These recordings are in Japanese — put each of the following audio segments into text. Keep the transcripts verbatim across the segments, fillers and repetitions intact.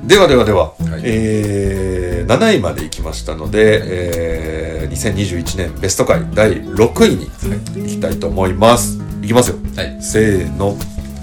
ではではでは、 はい、 えー、なないまで行きましたので、えー、にせんにじゅういちねんベスト回だいろくいに行きたいと思います。いきますよ、はい、せーの。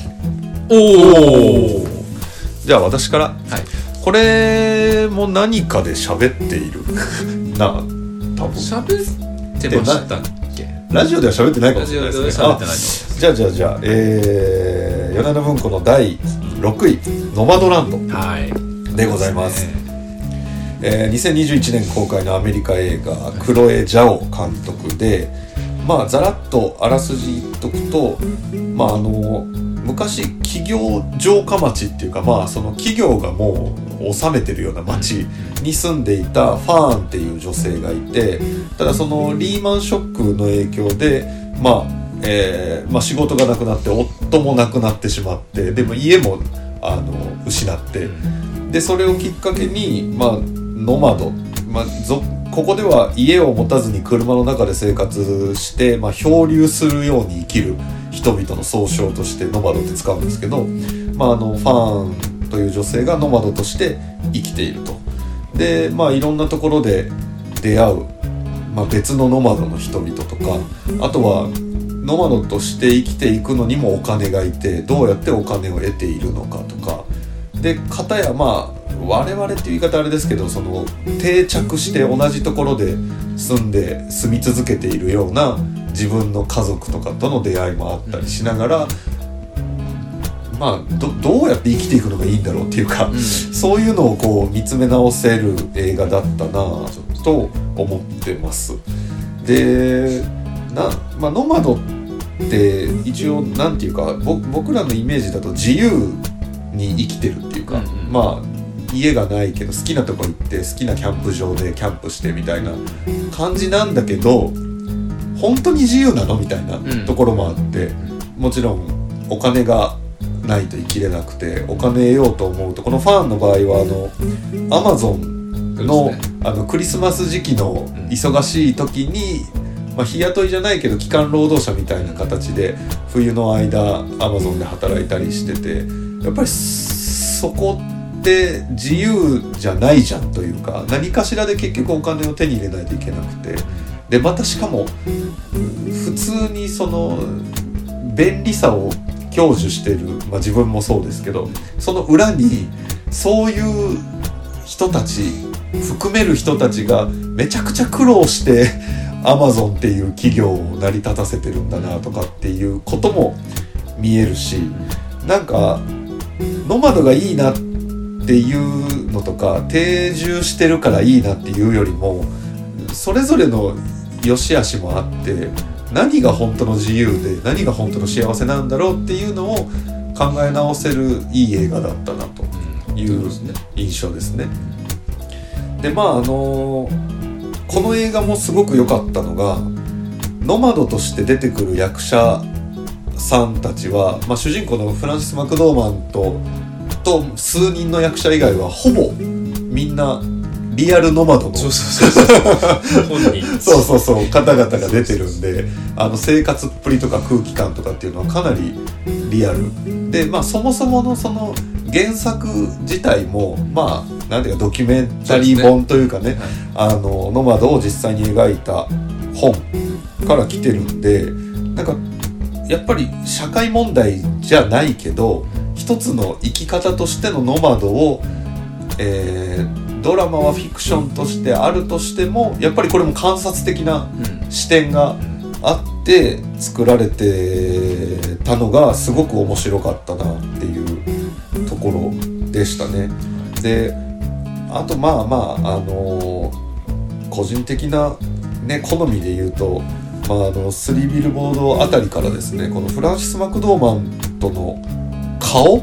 おお。じゃあ私から、はい、これも何かで喋っているな、多分喋ってましたっけ。 ラジオでは喋ってないかもしれないですね。 ラジオでは喋ってないの。 じゃあじゃあじゃあ、えー、米田文庫のだいろくいノマドランドでございます。はい、えー、にせんにじゅういちねん公開のアメリカ映画、クロエ・ジャオ監督で、まあざらっとあらすじ言っとくと、まああの昔企業城下町っていうか、まあその企業がもう治めてるような町に住んでいたファーンっていう女性がいて、ただそのリーマンショックの影響で、まあえーまあ、仕事がなくなって夫も亡くなってしまって、でも家もあの失って、でそれをきっかけに、まあ、ノマド、まあ、ぞここでは家を持たずに車の中で生活して、まあ、漂流するように生きる人々の総称としてノマドって使うんですけど、まあ、あのファーンという女性がノマドとして生きていると。で、まあ、いろんなところで出会う、まあ、別のノマドの人々とか、あとはノマドとして生きていくのにもお金がいて、どうやってお金を得ているのかとかで、片やまあ我々っていう言い方あれですけど、その定着して同じところで住んで住み続けているような自分の家族とかとの出会いもあったりしながら、まあ ど, どうやって生きていくのがいいんだろうっていうか、うん、そういうのをこう見つめ直せる映画だったなと思ってます。でな、まあ、ノマドって一応なんていうか、僕らのイメージだと自由に生きてるっていうか、うんうん、まあ家がないけど好きなとこ行って好きなキャンプ場でキャンプしてみたいな感じなんだけど、本当に自由なのみたいなところもあって、うん、もちろんお金がないと生きれなくて、お金得ようと思うと、このファンの場合はあのアマゾンの、ね、あのクリスマス時期の忙しい時に、まあ、日雇いじゃないけど期間労働者みたいな形で冬の間アマゾンで働いたりしてて、やっぱりそこって自由じゃないじゃんというか、何かしらで結局お金を手に入れないといけなくて、でまたしかも普通にその便利さを享受してる、まあ、自分もそうですけど、その裏にそういう人たち含める人たちがめちゃくちゃ苦労してアマゾンっていう企業を成り立たせてるんだなとかっていうことも見えるし、なんかノマドがいいなっていうのとか定住してるからいいなっていうよりも、それぞれの良し悪しもあって、何が本当の自由で何が本当の幸せなんだろうっていうのを考え直せるいい映画だったなという印象ですね。でまああのこの映画もすごく良かったのが、ノマドとして出てくる役者さんたちは、まあ、主人公のフランシス・マクドーマンとと数人の役者以外はほぼみんなリアルノマドのそうそうそうそう本人そうそうそう方々が出てるんで、あの生活っぷりとか空気感とかっていうのはかなりリアルで、まあそもそものその原作自体もまあなんていうかドキュメンタリー本というかね、はい、あのノマドを実際に描いた本から来てるんで、なんかやっぱり社会問題じゃないけど一つの生き方としてのノマドを、えー、ドラマはフィクションとしてあるとしても、やっぱりこれも観察的な視点があって作られてたのがすごく面白かったなっていうところでしたね。であとまあまああのー、個人的なね好みで言うと、まあ、あのスリービルボードあたりからですね、このフランシス・マクドーマンとの顔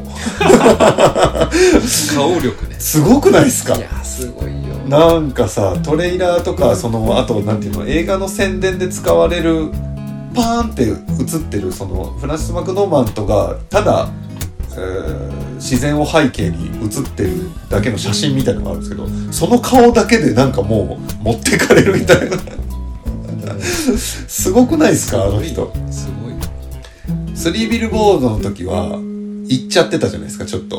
顔力ね、 すごくないですか？ いやすごいよ。 なんかさトレーラーとかそのあとなんていうの映画の宣伝で使われるパーンって映ってるそのフランシス・マクドーマンとがただ、えー、自然を背景に映ってるだけの写真みたいなのがあるんですけど、その顔だけでなんかもう持ってかれるみたいなすごくないですか？あの人すごい。スリービルボードの時は行っちゃってたじゃないですか、ちょっと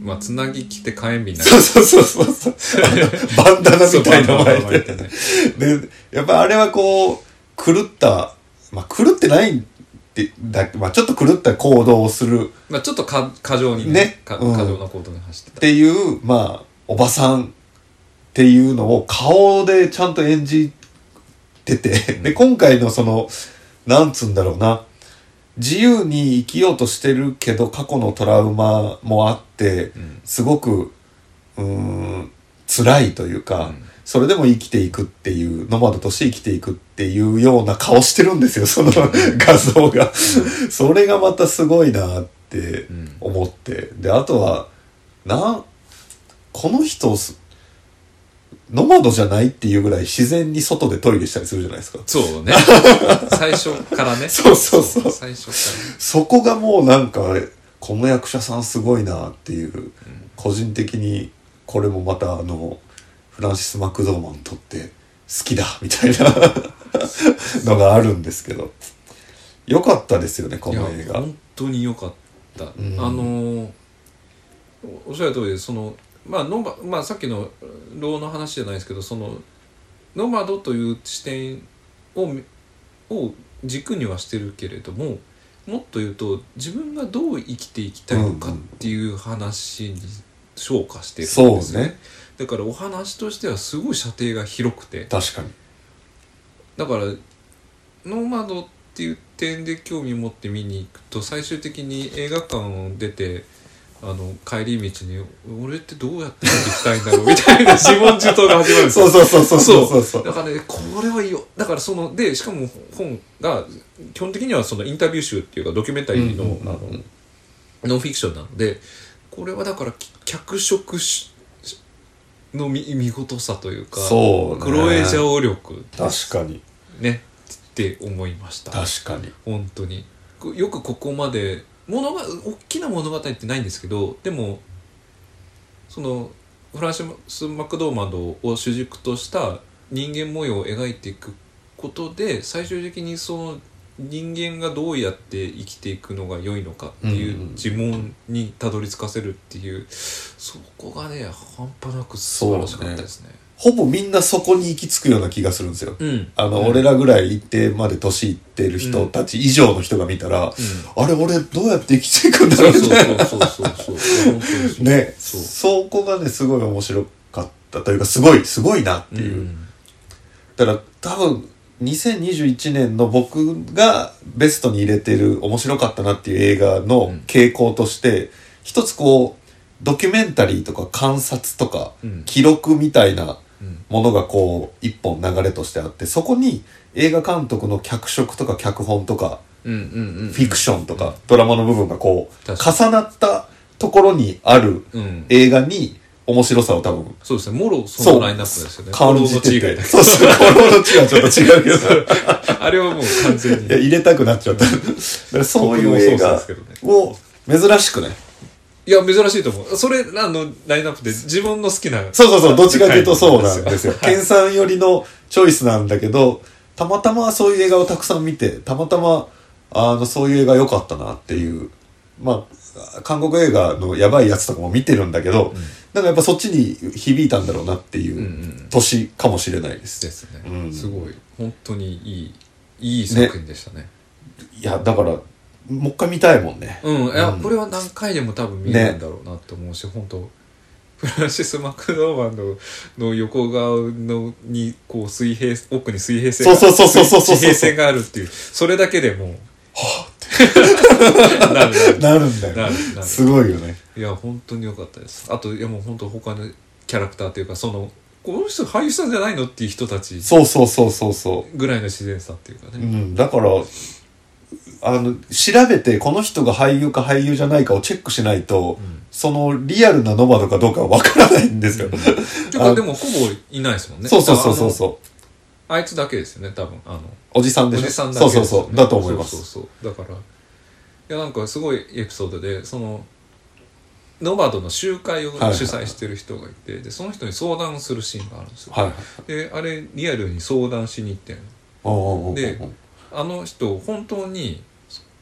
まあつなぎ着て火炎瓶になる。 そうそうそうそうそうバンダナみたいなの巻いてね。でやっぱあれはこう狂ったまあ狂ってないってだ、まあ、ちょっと狂った行動をする、 まあちょっとか過剰にね、 ねかうん、 過剰な行動に走ってたっていうまあおばさんっていうのを顔でちゃんと演じてて、で今回のそのなんつうんだろうな、自由に生きようとしてるけど過去のトラウマもあってすごくうーん辛いというか、うん、それでも生きていくっていうノマドとして生きていくっていうような顔してるんですよ、その画像が、うん、それがまたすごいなって思って、であとはなこの人ノマドじゃないっていうぐらい自然に外でトイレしたりするじゃないですか。 そうね最初からねそうそうそう、 最初からそこがもうなんかこの役者さんすごいなっていう、うん、個人的にこれもまたあのフランシス・マクドーマンにとって好きだみたいなのがあるんですけど、よかったですよねこの映画。 本当によかった、うん、あのおっしゃる通りで、そのまあノマまあさっきのローの話じゃないですけど、そのノマドという視点をを軸にはしてるけれども、もっと言うと自分がどう生きていきたいのかっていう話に昇華してるんですよ、うんうん、そうね。だからお話としてはすごい射程が広くて、 確かにだからノマドっていう点で興味持って見に行くと、最終的に映画館を出てあの帰り道に俺ってどうやって生きていきたいんだろうみたいな自問自答が始まるんですよ。 そうそうそうそうそうそう。 だからね、これはいいよ。だからそのでしかも本が基本的にはそのインタビュー集っていうかドキュメンタリーの、うんうんうん、あのノンフィクションなので、これはだから脚色の 見, 見事さというか、 そうね、 クロエジャオ力確かにねって思いました。 確かに本当によくここまで物が大きな物語ってないんですけど、でもそのフランシス・マクドーマンドを主軸とした人間模様を描いていくことで、最終的にその人間がどうやって生きていくのが良いのかっていう自問にたどり着かせるっていう、うんうん、そこがね半端なく素晴らしかったですね。 ほぼみんなそこに行き着くような気がするんですよ、うん、あの、うん、俺らぐらい一定まで年いってる人たち以上の人が見たら、うん、あれ俺どうやって生きていくんだろうみたいなね、そこがねすごい面白かったというか、すごいすごいなっていう、うん、だから多分にせんにじゅういちねんの僕がベストに入れてる面白かったなっていう映画の傾向として、うん、一つこうドキュメンタリーとか観察とか記録みたいなものがこう一本流れとしてあって、そこに映画監督の脚色とか脚本とかフィクションとかドラマの部分がこう重なったところにある映画に面白さを多分そうですね、もろそのラインナップですよね。 感じてて、そうそう、心の違いはちょっと違うけどあれはもう完全にいや入れたくなっちゃっただからそういう映画を珍しくね、 いや珍しいと思う。それらのラインナップで自分の好きな、 そうそうそう、どっちかというとそうなんですよ。ケンさん寄りのチョイスなんだけど、たまたまそういう映画をたくさん見て、たまたまあのそういう映画良かったなっていう、まあ韓国映画のやばいやつとかも見てるんだけど、うん、なんかやっぱそっちに響いたんだろうなっていう年かもしれないです。 ですね、うん、すごい本当にいいいい作品でしたね。 いやだからもう一回見たいもんね。 うん、いや、うん、これは何回でも多分見るんだろうなって思うし、ね、本当フランシス・マクドーマンドの横側のにこう水平奥に水平線がそうそうそうそうそう水平線があるっていう、それだけでもうはぁってなるなるんだよ。なるなるすごいよね。 いや本当に良かったです。あといやもう本当他のキャラクターというか、そのこの人俳優さんじゃないのっていう人たちそうそうそうそうそうぐらいの自然さっていうかね、 うん、だからあの調べてこの人が俳優か俳優じゃないかをチェックしないと、うん、そのリアルなノマドかどうかは分からないんですよ、うん、 てかでもほぼいないですもんね。 そうそうそうそうそう、 あいつだけですよね多分、あのおじさんでしょ。 おじさんだけですよね。 そうそうそうだと思います。 そうそうそうだからいやなんかすごいエピソードで、そのノマドの集会を主催してる人がいて、はいはい、でその人に相談するシーンがあるんですよ、はいはい、であれリアルに相談しに行ってんので、あの人本当に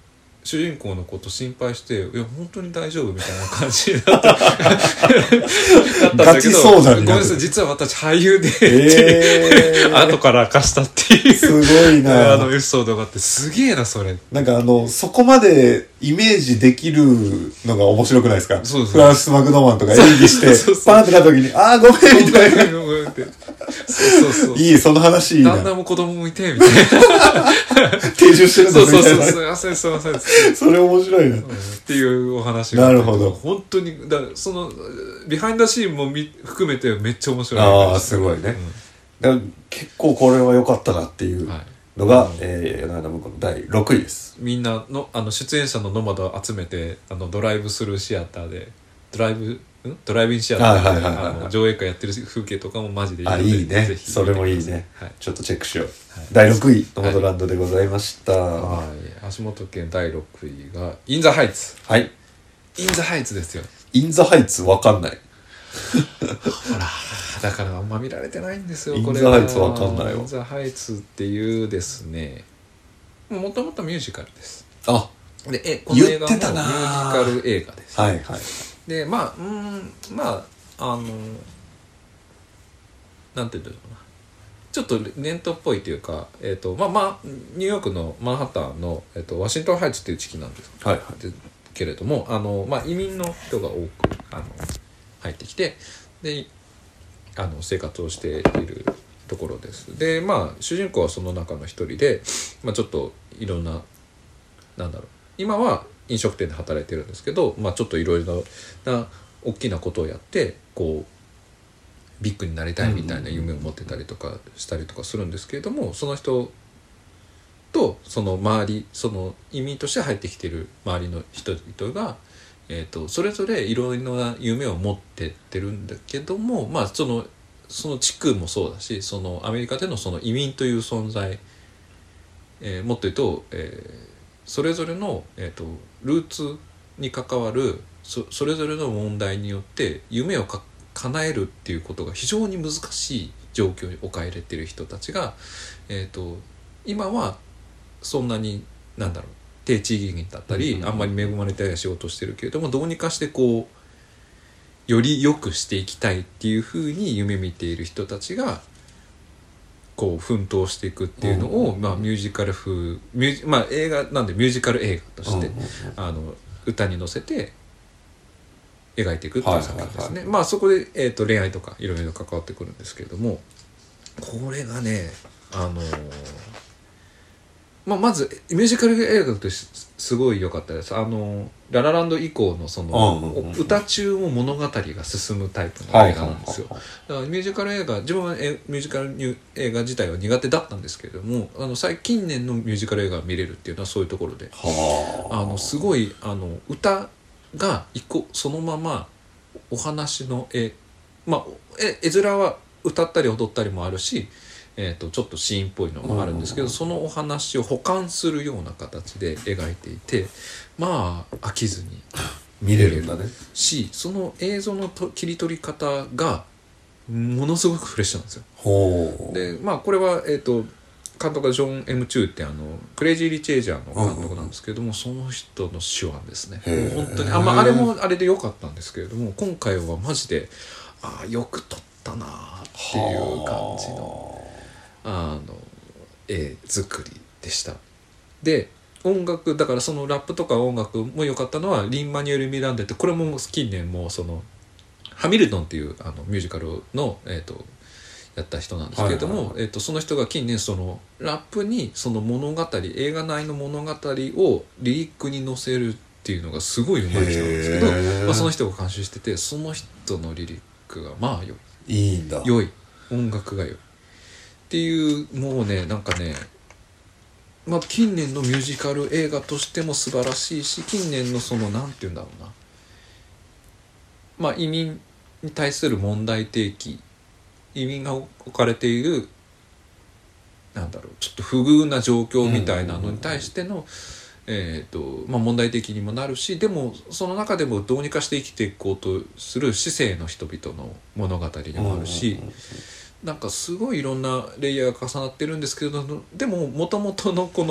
主人公のこと心配して「いや本当に大丈夫?」みたいな感じだっただったんだけど、ごめんなさい実は私俳優で、えー、後から明かしたっていうすごいなあのエピソードがあって、すげえなそれ。 なんかあのそこまでイメージできるのが面白くないですか。 そうそうフランス・マクドーマンとか演技してそうそうパーンってなった時にあーごめんみたいなそうそうそういいその話いいな。 旦那も子供もいてみたいな定住してるんですみたいな。そうそうそうすいませんすいませんそれ面白いな、うん、っていうお話がなるほど。 本当にだそのビハインドシーンもみ含めてめっちゃ面白い。 ああすごいね、うん、だ結構これは良かったなっていうのが、はい、えー、柳田文庫のだいろくいです。 みんなのあの出演者のノマドを集めてあのドライブスルーシアターでドライブんドライブインシアターであの上映会やってる風景とかもマジでいいので、 あいいねぜひそれもいいね、はい、ちょっとチェックしよう、はい、だいろくいノマドランドでございました、 はい、橋本県だいろくいがインザハイツ。 はいインザハイツですよ。 インザハイツわかんないほらだからあんま見られてないんですよこれ。 インザハイツわかんないよ。 インザハイツっていうですねもともとミュージカルです。 あでえこの映画もミュージカル映画です。 はいはい。 でまあうんまああのなんていうんだろうなちょっとネットっぽいというか、えーとまあまあ、ニューヨークのマンハッタンの、えーとワシントンハイツっていう地域なんです、 はいはい、 けれどもあの、まあ、移民の人が多くあの入ってきてであの生活をしているところです。でまあ主人公はその中の一人で、まあ、ちょっといろんななんだろう今は飲食店で働いてるんですけど、まあ、ちょっといろいろな大きなことをやってこうビッグになりたいみたいな夢を持ってたりとかしたりとかするんですけれども、その人とその周りその移民として入ってきている周りの人々が、えーと、それぞれいろいろな夢を持ってってるんだけども、まあそのその地区もそうだしそのアメリカでのその移民という存在、えー、もっと言うと、えー、それぞれの、えーと、ルーツに関わる そ, それぞれの問題によって夢をか叶えるっていうことが非常に難しい状況に置かれている人たちが、えーと、今はそんなになんだろう低地域だったり、うんうん、あんまり恵まれたような仕事をしてるけれどもどうにかしてこうより良くしていきたいっていうふうに夢見ている人たちがこう奮闘していくっていうのを、うんうんまあ、ミュージカル風ミュージ、まあ、映画なんでミュージカル映画として、うんうん、あの歌に乗せて描いていくっていう作品ですね、はいはいはい、まあそこで、えーと、恋愛とかいろいろ関わってくるんですけれどもこれがねあのーまあ、まずミュージカル映画としてすごい良かったです。あのララランド以降のその、うんうんうん、歌中も物語が進むタイプの映画なんですよ。だからミュージカル映画自分はミュージカル映画自体は苦手だったんですけれどもあの最近年のミュージカル映画が見れるっていうのはそういうところであのすごいあの歌が一個そのままお話の絵まあ絵絵面は歌ったり踊ったりもあるしえー、とちょっとシーンっぽいのもあるんですけど、うん、そのお話を補完するような形で描いていてまあ飽きずに見れるんだねしその映像のと切り取り方がものすごくフレッシュなんですよ。 ほうでまあこれは、えー、と監督がジョン・エム・チューってあのクレイジー・リチ・エイジャーの監督なんですけれども、うん、その人の手腕ですね。もう本当にあ、まあ、あれもあれで良かったんですけれども今回はマジであよく撮ったなっていう感じのあの絵作りでした。で音楽だからそのラップとか音楽も良かったのはリン・マニュエル・ミランデってこれも近年もそのハミルトンっていうあのミュージカルの、えー、とやった人なんですけれども、はいはいはいえー、とその人が近年そのラップにその物語映画内の物語をリリックに乗せるっていうのがすごい上手い人なんですけど、まあ、その人が監修しててその人のリリックがまあ良いいいんだ良い音楽が良いっていうもうねなんかねまあ近年のミュージカル映画としても素晴らしいし近年のそのなんて言うんだろうなまあ移民に対する問題提起移民が置かれているなんだろうちょっと不遇な状況みたいなのに対しての、えーとまあ、問題的にもなるしでもその中でもどうにかして生きていこうとする市政の人々の物語でもあるしなんかすごいいろんなレイヤーが重なってるんですけどでも元々のこの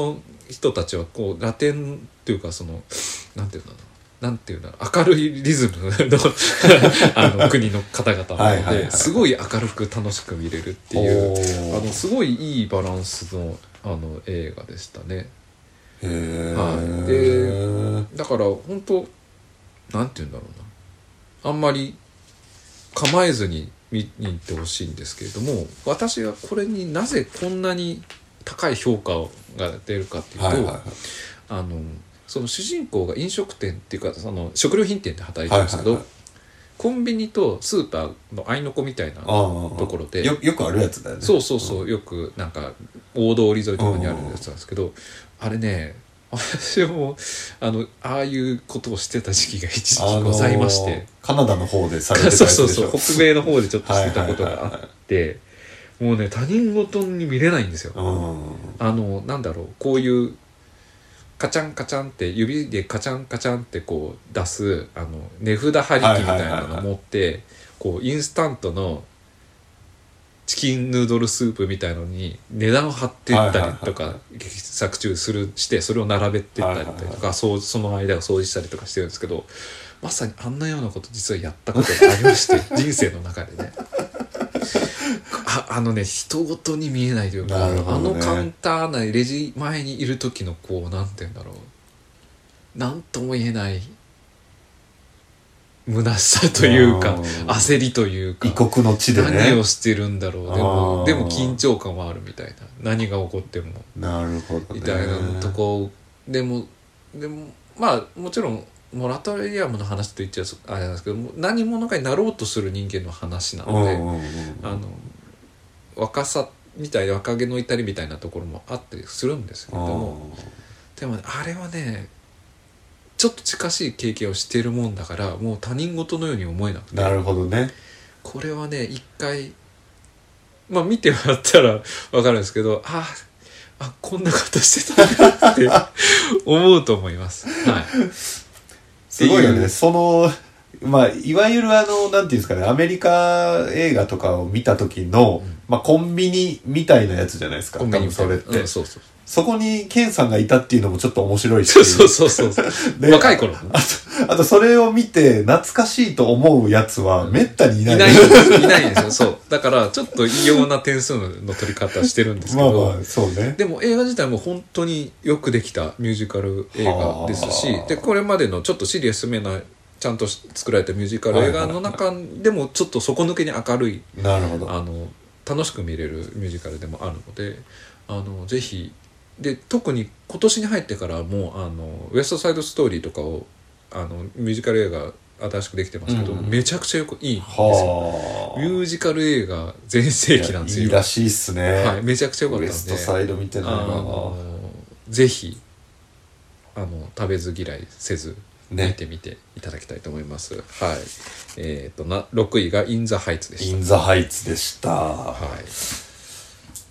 人たちはこうラテンっていうかそのなんていうんだろうなんていうんだろう明るいリズムのあの国の方々なので、はいはいはいはい、すごい明るく楽しく見れるっていうあのすごいいいバランスのあの映画でしたね。 へー、 はい、でだから本当なんていうんだろうなあんまり構えずに見に行ってほしいんですけれども、私がこれになぜこんなに高い評価が出るかっていうと、はいはいはい、あのその主人公が飲食店っていうかその食料品店で働いてるんですけど、はいはいはい、コンビニとスーパーの合いの子みたいなところでよ, よくあるやつだよね。 そうそうそう、うん、よくなんか大通り沿いとかにあるやつなんですけど、あれね私も あのああいうことをしてた時期が一時期ございまして、あのー、 カナダの方でされてたやつでしょ。 そうそうそう北米の方でちょっとしてたことがあって、はいはいはいはい、もうね他人事に見れないんですよ。あのなんだろうこういうカチャンカチャンって指でカチャンカチャンってこう出すあの値札貼り機みたいなのを持って、はいはいはいはい、こうインスタントのチキンヌードルスープみたいのに値段を貼っていったりとか、はいはいはいはい、作中するしてそれを並べていったりとか、はいはいはい、そ, その間を掃除したりとかしてるんですけど、まさにあんなようなこと実はやったことがありまして人生の中でねあ, あのね人ごとに見えないというか、ね、あのカウンター内レジ前にいる時のこうなんて言うんだろうなんとも言えない虚しさというか焦りというか異国の地でね何をしてるんだろう、でもでも緊張感はあるみたいな、何が起こってもなるほど、ね、 みたいなとこでもでもまあもちろんモラトリアムの話と言っちゃあれなんですけど何者かになろうとする人間の話なので、あの若さみたいな若気の至りみたいなところもあったりするんですけれども、でも、ね、あれはねちょっと近しい経験をしているもんだからもう他人事のように思えなくて、 なるほどね、 これはね一回まあ見てもらったら分かるんですけど、ああこんなことしてたんだって思うと思います、はい、 すごいよね。そのまあいわゆるあのなんていうんですかね、アメリカ映画とかを見た時の、うん、まあコンビニみたいなやつじゃないですか。多分それって、うん、そうそう、そこにケンさんがいたっていうのもちょっと面白いし、 そうそうそうそう若い頃あと、あとそれを見て懐かしいと思うやつはめったにいない、 いないんですいないんですよ。そうだからちょっと異様な点数の取り方してるんですけどまあまあそうね。 でも映画自体も本当によくできたミュージカル映画ですし、でこれまでのちょっとシリアスめなちゃんと作られたミュージカル映画の中でもちょっと底抜けに明るい、 なるほど、 あの楽しく見れるミュージカルでもあるので、あのぜひで特に今年に入ってからもあのウエストサイドストーリーとかをあのミュージカル映画新しくできてますけど、うん、めちゃくちゃよくいいんですよ。ミュージカル映画全盛期なんですよ。 いいらしいっすね、 はい、めちゃくちゃよかったんでウエストサイド見てないな。 ぜひあの食べず嫌いせず見てみていただきたいと思います、ね、はい。えー、となろくいがインザハイツでした。 インザハイツでした。 はい。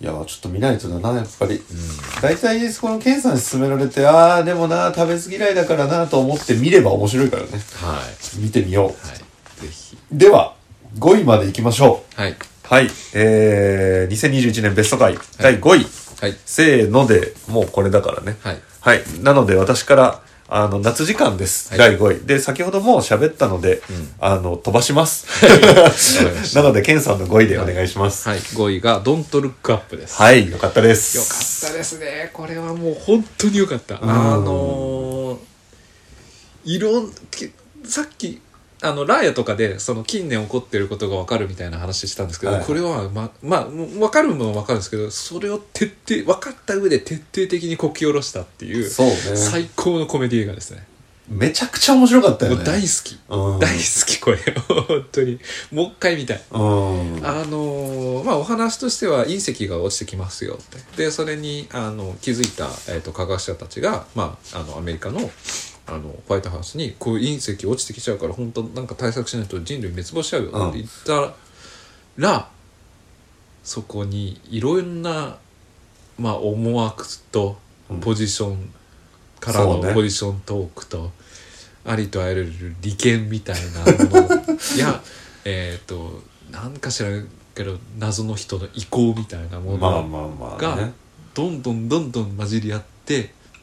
いやちょっと見ないとだなやっぱり、うん、大体このケンさんに勧められてああでもな食べず嫌いだからなと思って見れば面白いからね。 はい。 見てみよう。はい。 ぜひ。 ではごいまでいきましょう。はい。 はい。えー、にせんにじゅういちねんベスト回、はい、だいごい。 はい。 せーのでもうこれだからね。はい。はい。なので私からあの夏時間です、はい、だいごいで先ほども喋ったので、うん、あの飛ばしますなのでケンさんのごいでお願いします。 はい、はい、ごいがドントルックアップです。 はい、よかったです。 よかったですね。これはもう本当によかった。あのー、いろんさっきあのラーヤとかでその近年起こってることが分かるみたいな話したんですけど、はい、これはままあ分かるものは分かるんですけど、それを徹底分かった上で徹底的にこき下ろしたっていう、 そうね、 最高のコメディ映画ですね。 めちゃくちゃ面白かったよね。 もう大好き、うん、大好きこれ本当にもう一回見たい。うん、あのー、まあお話としては隕石が落ちてきますよってでそれにあの気づいた、えー、と科学者たちが、まあ、あのアメリカのあのホワイトハウスにこういう隕石落ちてきちゃうから本当なんか対策しないと人類滅亡しちゃうよって言ったら、うん、そこにいろんな、まあ、思惑とポジション、うん、からのポジショントークと、ね、ありとあらゆる利権みたいなものいやえっと何かしらけど謎の人の意向みたいなものがどんどんどんどん混じり合って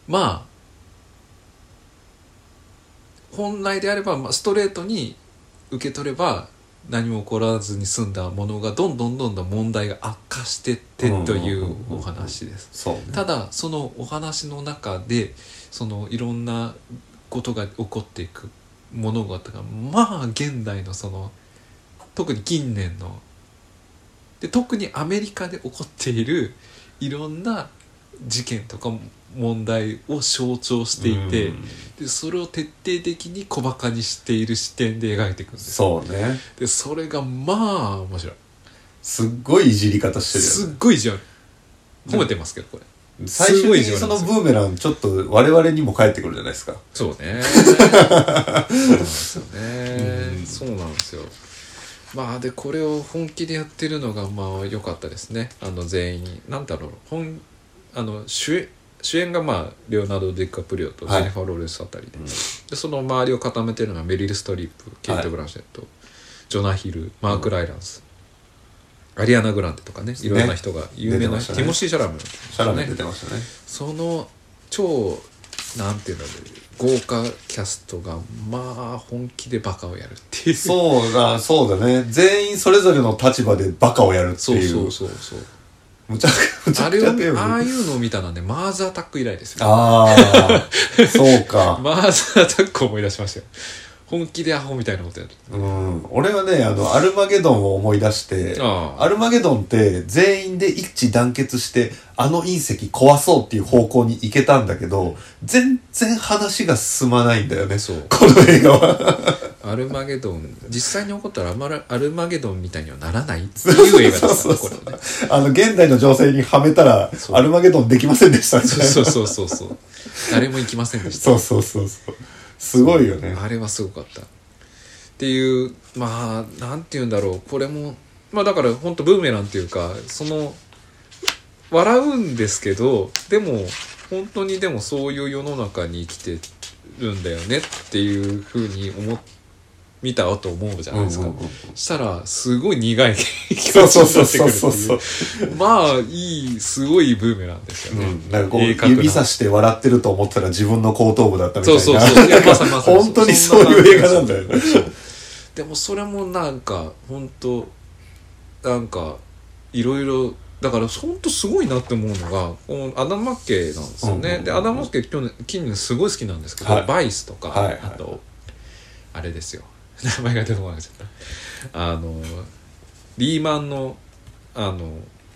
まあ本来であれば、まあ、ストレートに受け取れば何も起こらずに済んだものがどんどんどんどん問題が悪化してってというお話です。ただそのお話の中でそのいろんなことが起こっていく物事がまあ現代のその特に近年ので特にアメリカで起こっているいろんな事件とか問題を象徴していて、でそれを徹底的に小バカにしている視点で描いていくんです。 そうね。 でそれがまあ面白い。 すっごいいじり方してるよね。 すっごいいじる。褒めてますけどこれ。 最終的にそのブーメランちょっと我々にも返ってくるじゃないですか。 そうね。そうなんですよね。うん、そうなんですよ。まあでこれを本気でやってるのがまあ良かったですね。あの全員なんだろう本あの主演主演がまあレオナルド・ディカプリオとジェニファー・ローレンスあたりで、はい、でその周りを固めてるのがメリル・ストリップ、ケイト・ブランシェット、はい、ジョナヒル、マーク・ライランス、うん、アリアナ・グランテとかね、いろんな人が有名な、ね、ティモシー・シャラメ、 シャラメ出てましたね。 その超なんていうんだろう豪華キャストがまあ本気でバカをやるっていう。 そうだそうだね。全員それぞれの立場でバカをやるっていう。 そうそうそうそう。 むちゃくちゃあれをああいうのを見たのはねマーズアタック以来ですよ。 ああそうか。 マーズアタックを思い出しましたよ。本気でアホみたいなことやる。 うん俺はねあのアルマゲドンを思い出して、あアルマゲドンって全員で一致団結してあの隕石壊そうっていう方向に行けたんだけど全然話が進まないんだよね。そうこの映画はアルマゲドン実際に起こったらアルマゲドンみたいにはならないっていう映画だったねこれね。 あの現代の情勢にはめたらアルマゲドンできませんでしたね。 そうそうそうそう誰も行きませんでした。 そうそうそうそうすごいよね。 あれはすごかったっていうまあなんていうんだろうこれもまあだから本当ブーメランっていうかその笑うんですけどでも本当にでもそういう世の中に生きてるんだよねっていうふうに思見たと思うじゃないですか。うんうんうん、したらすごい苦い気持ちになってくるっていうまあいいすごいブーメランですよね。うん、 なんかこう指さして笑ってると思ったら自分の後頭部だったみたいな。 そうそうそう。いやまさにまさに本当にそういう映画なんだよね。 でもそれもなんか本当なんかいろいろだから本当すごいなって思うのがこのアダム・マッケイなんですよね。うんうんうん、でアダム・マッケイ去年近年すごい好きなんですけど、はい、バイスとか、はいはい、あとあれですよ。名前が出てこなくなっちゃったあのリーマンのあの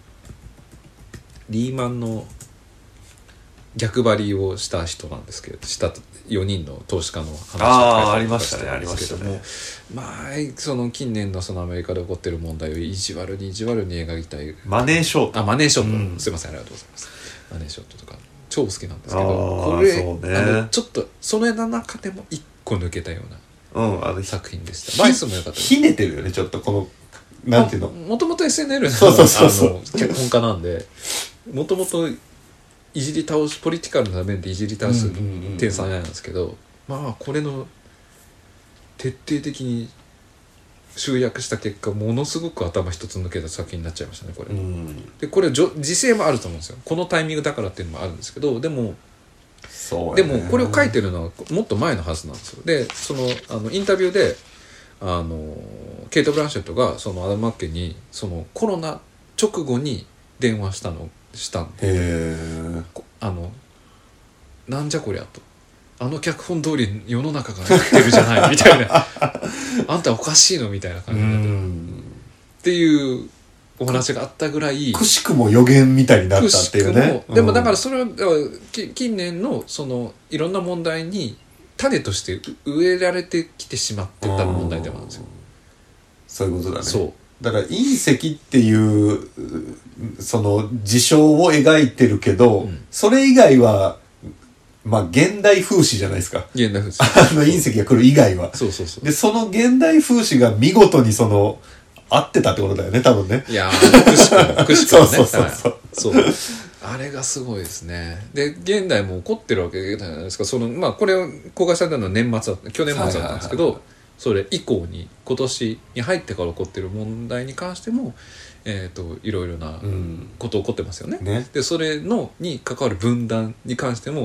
リーマンの逆張りをした人なんですけどしたよにんの投資家の話を書いあありましたねありましたね。 まあその近年のそのアメリカで起こっている問題を意地悪に意地悪に描きたいマネーショートあマネーショート、うん、すいませんありがとうございます。マネーショートとか超好きなんですけどこれそう、ね、あのちょっとその中でも一個抜けたようなうん、あの作品でした。バイスも良かったです。 ひねてるよねちょっとこのなんていうのもともと エスエヌエル のそうそうそうそうあの脚本家なんでもともといじり倒すポリティカルな面でいじり倒す天才なんですけど、まあこれの徹底的に集約した結果ものすごく頭一つ抜けた作品になっちゃいましたねこれ。うんでこれ時勢もあると思うんですよ。このタイミングだからっていうのもあるんですけどでもそうでもこれを書いてるのはもっと前のはずなんですよ。でそのあのインタビューであのケイト・ブランシェットがそのアダム・マッケイにそのコロナ直後に電話したのしたんでへあのなんじゃこりゃとあの脚本通り世の中がやってるじゃないみたいなあんたおかしいのみたいな感じになってるっていうお話があったぐらいくしくも予言みたいになったっていうね。 でもだからそれは近年のそのいろんな問題に種として植えられてきてしまってた問題でもあるんですよ。 そういうことだね。そうだから隕石っていうその事象を描いてるけど、うん、それ以外はまあ現代風刺じゃないですか。 現代風刺あの隕石が来る以外はそうそうそう。 でその現代風刺が見事にその合ってたってことだよね多分ね。 いやーくしくもくしくもねそうそうそうそうあれがすごいですね。で現代も起こってるわけじゃないですか。そのまあこれを公開されたのは年末だった去年末だったんですけど、はいはいはい、それ以降に今年に入ってから起こってる問題に関してもえーといろいろなこと起こってますよね。うん、ねでそれのに関わる分断に関しても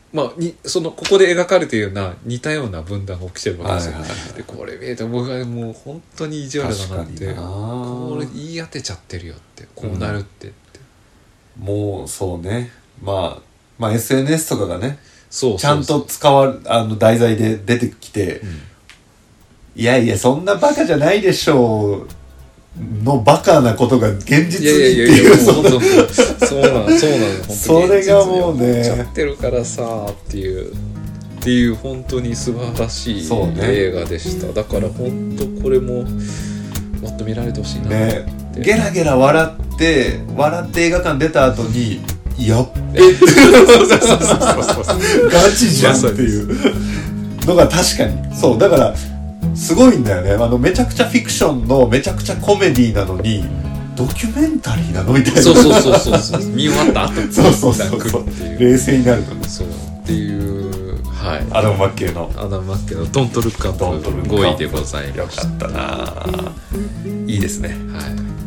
まあ、にそのここで描かれているような似たような分断が起きてるわけですよ、 はいはいはい、 でこれ見えて僕はもう本当に意地悪だなってなこれ言い当てちゃってるよってこうなるってって、 うん、もうそうね、まあ、まあ エスエヌエス とかがねそうそうそうちゃんと使わあの題材で出てきて、うん、いやいやそんなバカじゃないでしょうのバカなことが現実にっていうそうなのそうなのそれがもうねちゃってるからさっていうっていう本当に素晴らしい映画でした、ね、だから本当これももっと見られてほしいなって、 ね、ゲラゲラ笑って笑って映画館出た後にやっべガチじゃんっていうのが確かにそうだからすごいんだよね。あのめちゃくちゃフィクションのめちゃくちゃコメディなのにドキュメンタリーなのみたいな。 そうそうそうそうそう見終わった後そうそうそうそう冷静になるとね。 そうっていうはいアダム・マッケイのアダム・マッケイのドントルックアップごいでございました。 よかったな。いいですね。 はい。